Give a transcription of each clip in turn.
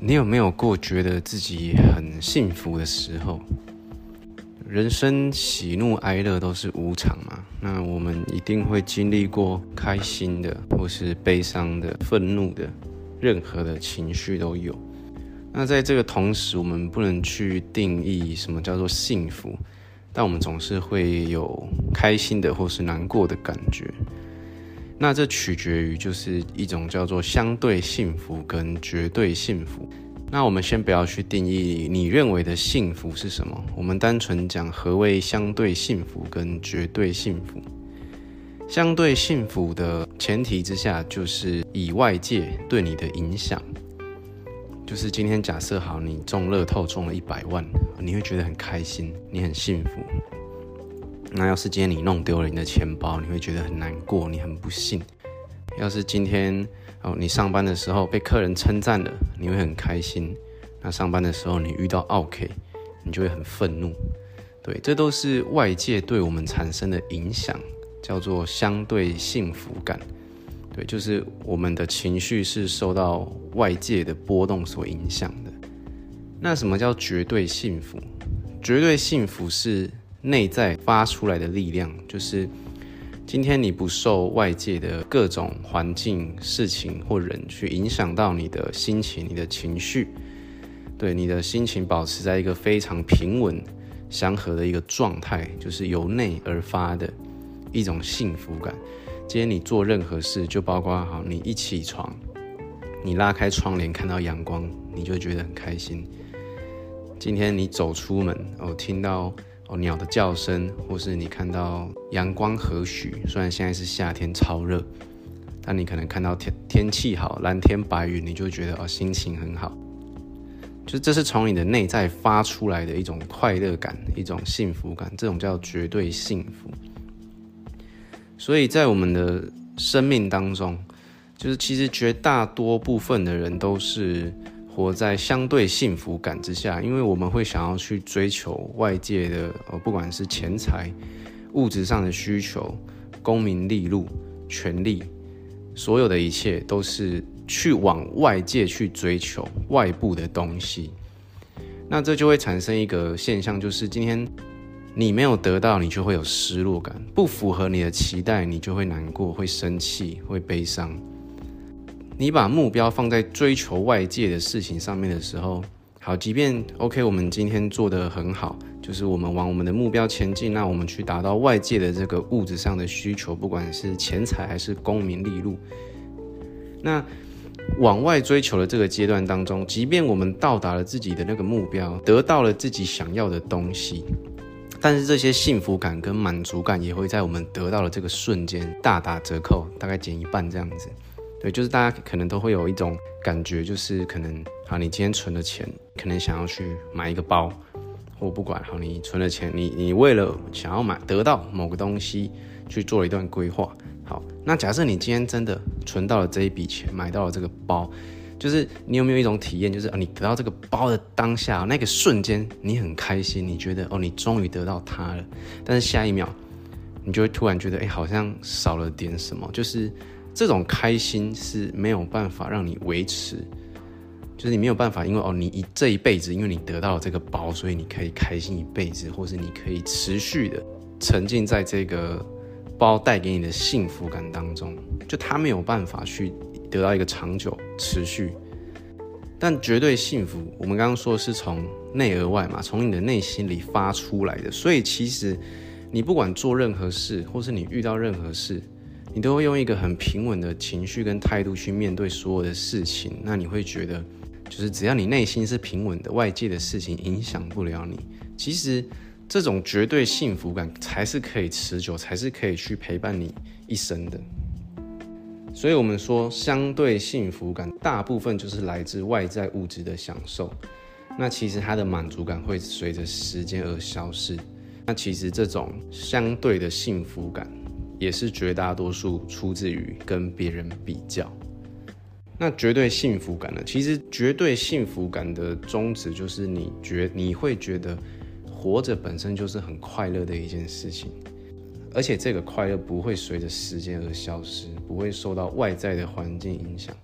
你有没有过觉得自己很幸福的时候？人生喜怒哀乐都是无常嘛，那我们一定会经历过开心的，或是悲伤的、愤怒的，任何的情绪都有。那在这个同时，我们不能去定义什么叫做幸福，但我们总是会有开心的或是难过的感觉。那这取决于就是一种叫做相对幸福跟绝对幸福。那我们先不要去定义你认为的幸福是什么，我们单纯讲何谓相对幸福跟绝对幸福。相对幸福的前提之下，就是以外界对你的影响。就是今天假设好，你中乐透中了100万，你会觉得很开心，你很幸福。那要是今天你弄丢了你的钱包，你会觉得很难过，你很不幸。要是今天你上班的时候被客人称赞了，你会很开心。那上班的时候你遇到 OK， 你就会很愤怒。对，这都是外界对我们产生的影响，叫做相对幸福感。对，就是我们的情绪是受到外界的波动所影响的。那什么叫绝对幸福？绝对幸福是内在发出来的力量，就是今天你不受外界的各种环境、事情或人去影响到你的心情、你的情绪，对，你的心情保持在一个非常平稳、祥和的一个状态，就是由内而发的一种幸福感。今天你做任何事，就包括好，你一起床，你拉开窗帘看到阳光，你就觉得很开心。今天你走出门，听到鸟的叫声，或是你看到阳光和煦，虽然现在是夏天超热，但你可能看到天气好，蓝天白云，你就觉得心情很好。就这是从你的内在发出来的一种快乐感，一种幸福感，这种叫绝对幸福。所以在我们的生命当中，就是其实绝大多部分的人都是活在相对幸福感之下，因为我们会想要去追求外界的不管是钱财、物质上的需求、功名利禄、权利，所有的一切都是去往外界去追求外部的东西。那这就会产生一个现象，就是今天你没有得到，你就会有失落感，不符合你的期待，你就会难过、会生气、会悲伤。你把目标放在追求外界的事情上面的时候，好，即便 OK， 我们今天做得很好，就是我们往我们的目标前进，那我们去达到外界的这个物质上的需求，不管是钱财还是功名利禄。那往外追求的这个阶段当中，即便我们到达了自己的那个目标，得到了自己想要的东西，但是这些幸福感跟满足感也会在我们得到的这个瞬间大打折扣，大概减一半这样子。对，就是大家可能都会有一种感觉，就是可能好，你今天存了钱，可能想要去买一个包，或不管好，你存了钱，你为了想要得到某个东西去做了一段规划。好，那假设你今天真的存到了这一笔钱，买到了这个包，就是你有没有一种体验，就是你得到这个包的当下，那个瞬间你很开心，你觉得你终于得到它了，但是下一秒你就会突然觉得好像少了点什么，就是这种开心是没有办法让你维持，就是你没有办法因为你这一辈子因为你得到了这个包，所以你可以开心一辈子，或是你可以持续的沉浸在这个包带给你的幸福感当中，就它没有办法去得到一个长久持续。但绝对幸福我们刚刚说的是从内而外嘛，从你的内心里发出来的，所以其实你不管做任何事，或是你遇到任何事，你都会用一个很平稳的情绪跟态度去面对所有的事情。那你会觉得就是只要你内心是平稳的，外界的事情影响不了你。其实这种绝对幸福感才是可以持久，才是可以去陪伴你一生的。所以我们说相对幸福感大部分就是来自外在物质的享受，那其实它的满足感会随着时间而消失。那其实这种相对的幸福感也是绝大多数出自于跟别人比较。那绝对幸福感呢？其实绝对幸福感的宗旨就是你会觉得活着本身就是很快乐的一件事情，而且这个快乐不会随着时间而消失，不会受到外在的环境影响，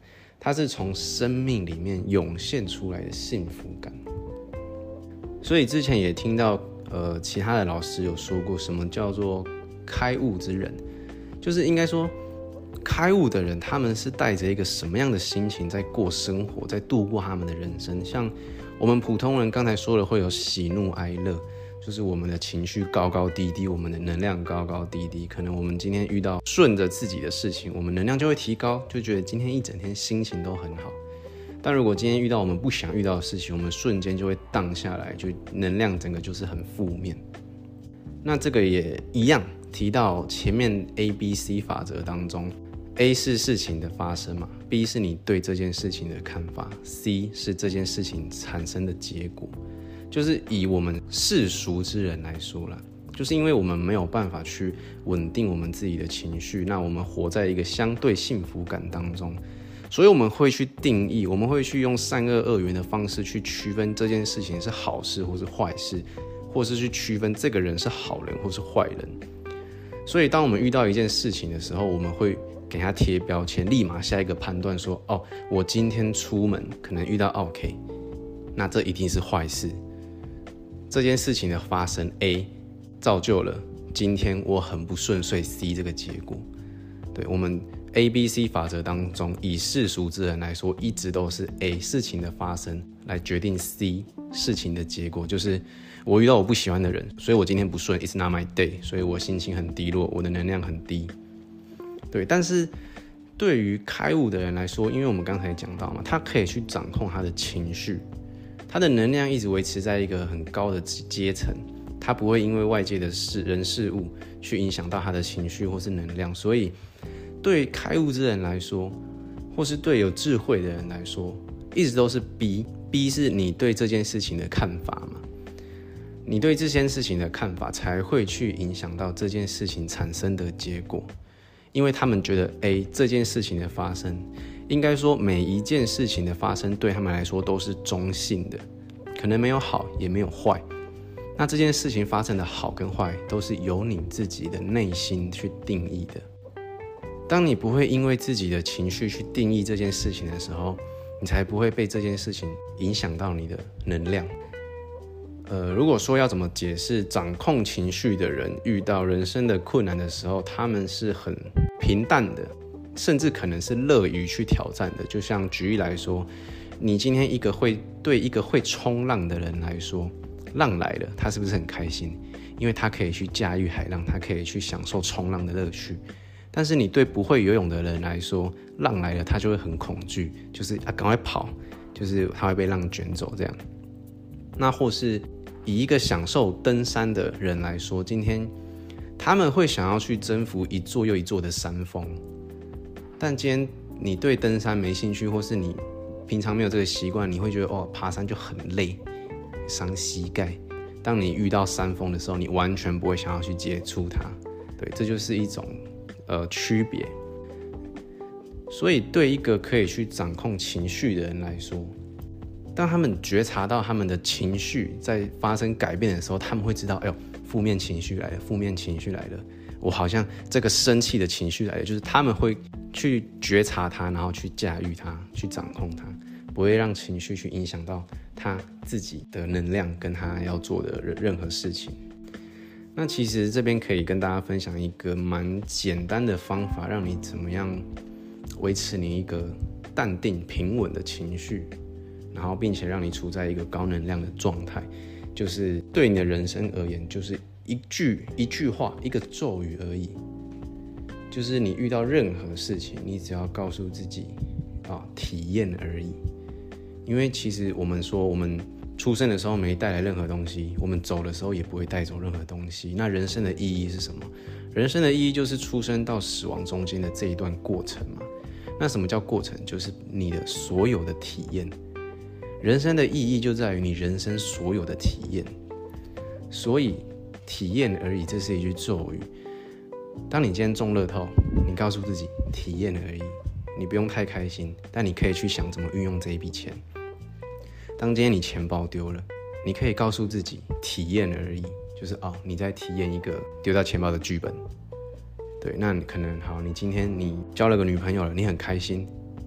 它是从生命里面涌现出来的幸福感。所以之前也听到其他的老师有说过，什么叫做开悟之人，就是应该说开悟的人，他们是带着一个什么样的心情在过生活，在度过他们的人生。像我们普通人刚才说的会有喜怒哀乐，就是我们的情绪高高低低，我们的能量高高低低。可能我们今天遇到顺着自己的事情，我们能量就会提高，就觉得今天一整天心情都很好。但如果今天遇到我们不想遇到的事情，我们瞬间就会荡下来，就能量整个就是很负面。那这个也一样，提到前面 ABC 法则当中， A 是事情的发生嘛， B 是你对这件事情的看法， C 是这件事情产生的结果。就是以我们世俗之人来说啦，就是因为我们没有办法去稳定我们自己的情绪，那我们活在一个相对幸福感当中，所以我们会去定义，我们会去用善恶二元的方式去区分这件事情是好事或是坏事，或是去区分这个人是好人或是坏人。所以当我们遇到一件事情的时候，我们会给他贴标签，立马下一个判断说，我今天出门可能遇到 OK， 那这一定是坏事。这件事情的发生 A 造就了今天我很不顺遂 C 这个结果。对，我们 ABC 法则当中，以世俗之人来说，一直都是 A 事情的发生来决定 C 事情的结果，就是我遇到我不喜欢的人，所以我今天不顺 It's not my day， 所以我心情很低落，我的能量很低。对，但是对于开悟的人来说，因为我们刚才讲到嘛，他可以去掌控他的情绪，他的能量一直维持在一个很高的阶层，他不会因为外界的人事物去影响到他的情绪或是能量。所以对开悟之人来说，或是对有智慧的人来说，一直都是 B 是你对这件事情的看法嘛，你对这件事情的看法才会去影响到这件事情产生的结果。因为他们觉得 A 这件事情的发生，应该说每一件事情的发生对他们来说都是中性的，可能没有好也没有坏。那这件事情发生的好跟坏都是由你自己的内心去定义的。当你不会因为自己的情绪去定义这件事情的时候，你才不会被这件事情影响到你的能量。如果说要怎么解释掌控情绪的人遇到人生的困难的时候，他们是很平淡的，甚至可能是乐于去挑战的。就像举例来说，你今天对一个会冲浪的人来说，浪来了，他是不是很开心？因为他可以去驾驭海浪，他可以去享受冲浪的乐趣。但是你对不会游泳的人来说，浪来了他就会很恐惧，就是赶快跑，就是他会被浪卷走这样。那或是以一个享受登山的人来说，今天他们会想要去征服一座又一座的山峰，但今天你对登山没兴趣，或是你平常没有这个习惯，你会觉得爬山就很累，伤膝盖。当你遇到山峰的时候，你完全不会想要去接触它。对，这就是一种区别。所以对一个可以去掌控情绪的人来说，当他们觉察到他们的情绪在发生改变的时候，他们会知道，负面情绪来了，负面情绪来了，我好像这个生气的情绪来了，就是他们会去觉察它，然后去驾驭它，去掌控它，不会让情绪去影响到他自己的能量跟他要做的任何事情。那其实这边可以跟大家分享一个蛮简单的方法，让你怎么样维持你一个淡定平稳的情绪，然后并且让你处在一个高能量的状态。就是对你的人生而言，就是一句话，一个咒语而已。就是你遇到任何事情，你只要告诉自己体验而已。因为其实我们说，我们出生的时候没带来任何东西，我们走的时候也不会带走任何东西。那人生的意义是什么？人生的意义就是出生到死亡中间的这一段过程嘛。那什么叫过程？就是你的所有的体验。人生的意义就在于你人生所有的体验。所以体验而已，这是一句咒语。当你今天中乐透，你告诉自己体验而已，你不用太开心，但你可以去想怎么运用这一笔钱。当今天你钱包丢了，你可以告诉自己体验而已，就是你在体验一个丢到钱包的剧本。对，那你可能好，你今天你交了个女朋友了，你很开心，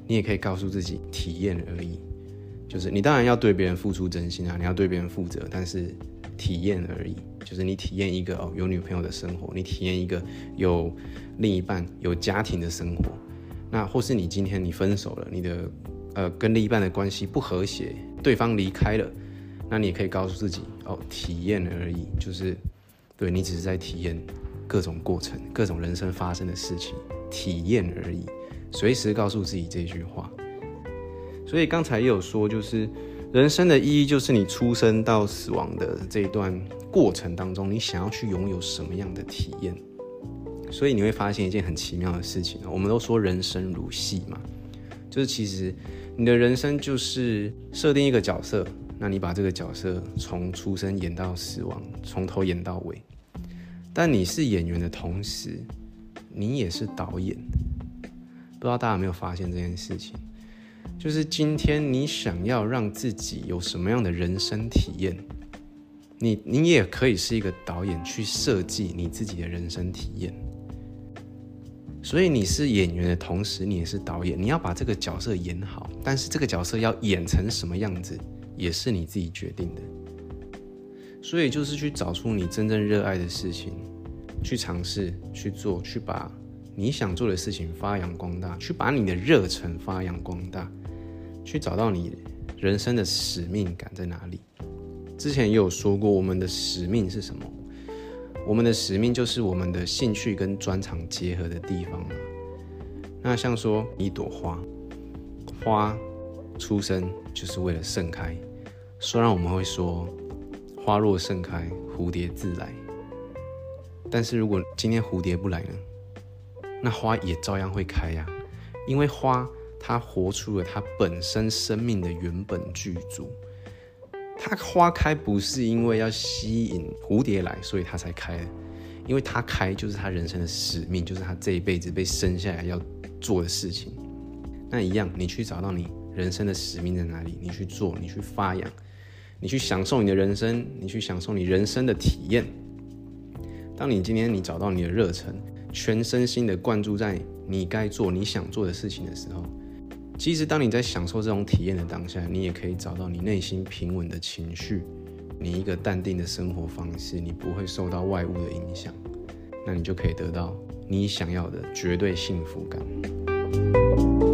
你也可以告诉自己体验而已，就是你当然要对别人付出真心啊，你要对别人负责，但是体验而已，就是你体验一个有女朋友的生活，你体验一个有另一半有家庭的生活，那或是你今天你分手了，你的跟另一半的关系不和谐，对方离开了，那你也可以告诉自己体验而已，就是对你只是在体验各种过程，各种人生发生的事情，体验而已，随时告诉自己这句话。所以刚才也有说，就是人生的意义就是你出生到死亡的这一段过程当中，你想要去拥有什么样的体验。所以你会发现一件很奇妙的事情，我们都说人生如戏嘛，就是其实你的人生就是设定一个角色，那你把这个角色从出生演到死亡，从头演到尾。但你是演员的同时，你也是导演。不知道大家有没有发现这件事情，就是今天你想要让自己有什么样的人生体验，你也可以是一个导演去设计你自己的人生体验。所以你是演员的同时，你也是导演，你要把这个角色演好，但是这个角色要演成什么样子，也是你自己决定的。所以就是去找出你真正热爱的事情，去尝试去做，去把你想做的事情发扬光大，去把你的热忱发扬光大，去找到你人生的使命感在哪里。之前也有说过，我们的使命是什么？我们的使命就是我们的兴趣跟专长结合的地方嘛。那像说一朵花，花出生就是为了盛开，虽然我们会说花若盛开，蝴蝶自来，但是如果今天蝴蝶不来呢，那花也照样会开呀，因为花它活出了它本身生命的原本具足。它花开不是因为要吸引蝴蝶来，所以它才开的，因为它开就是它人生的使命，就是它这一辈子被生下来要做的事情。那一样，你去找到你人生的使命在哪里，你去做，你去发扬，你去享受你的人生，你去享受你人生的体验。当你今天你找到你的热忱，全身心的灌注在你该做你想做的事情的时候，其实当你在享受这种体验的当下，你也可以找到你内心平稳的情绪，你一个淡定的生活方式，你不会受到外物的影响，那你就可以得到你想要的绝对幸福感。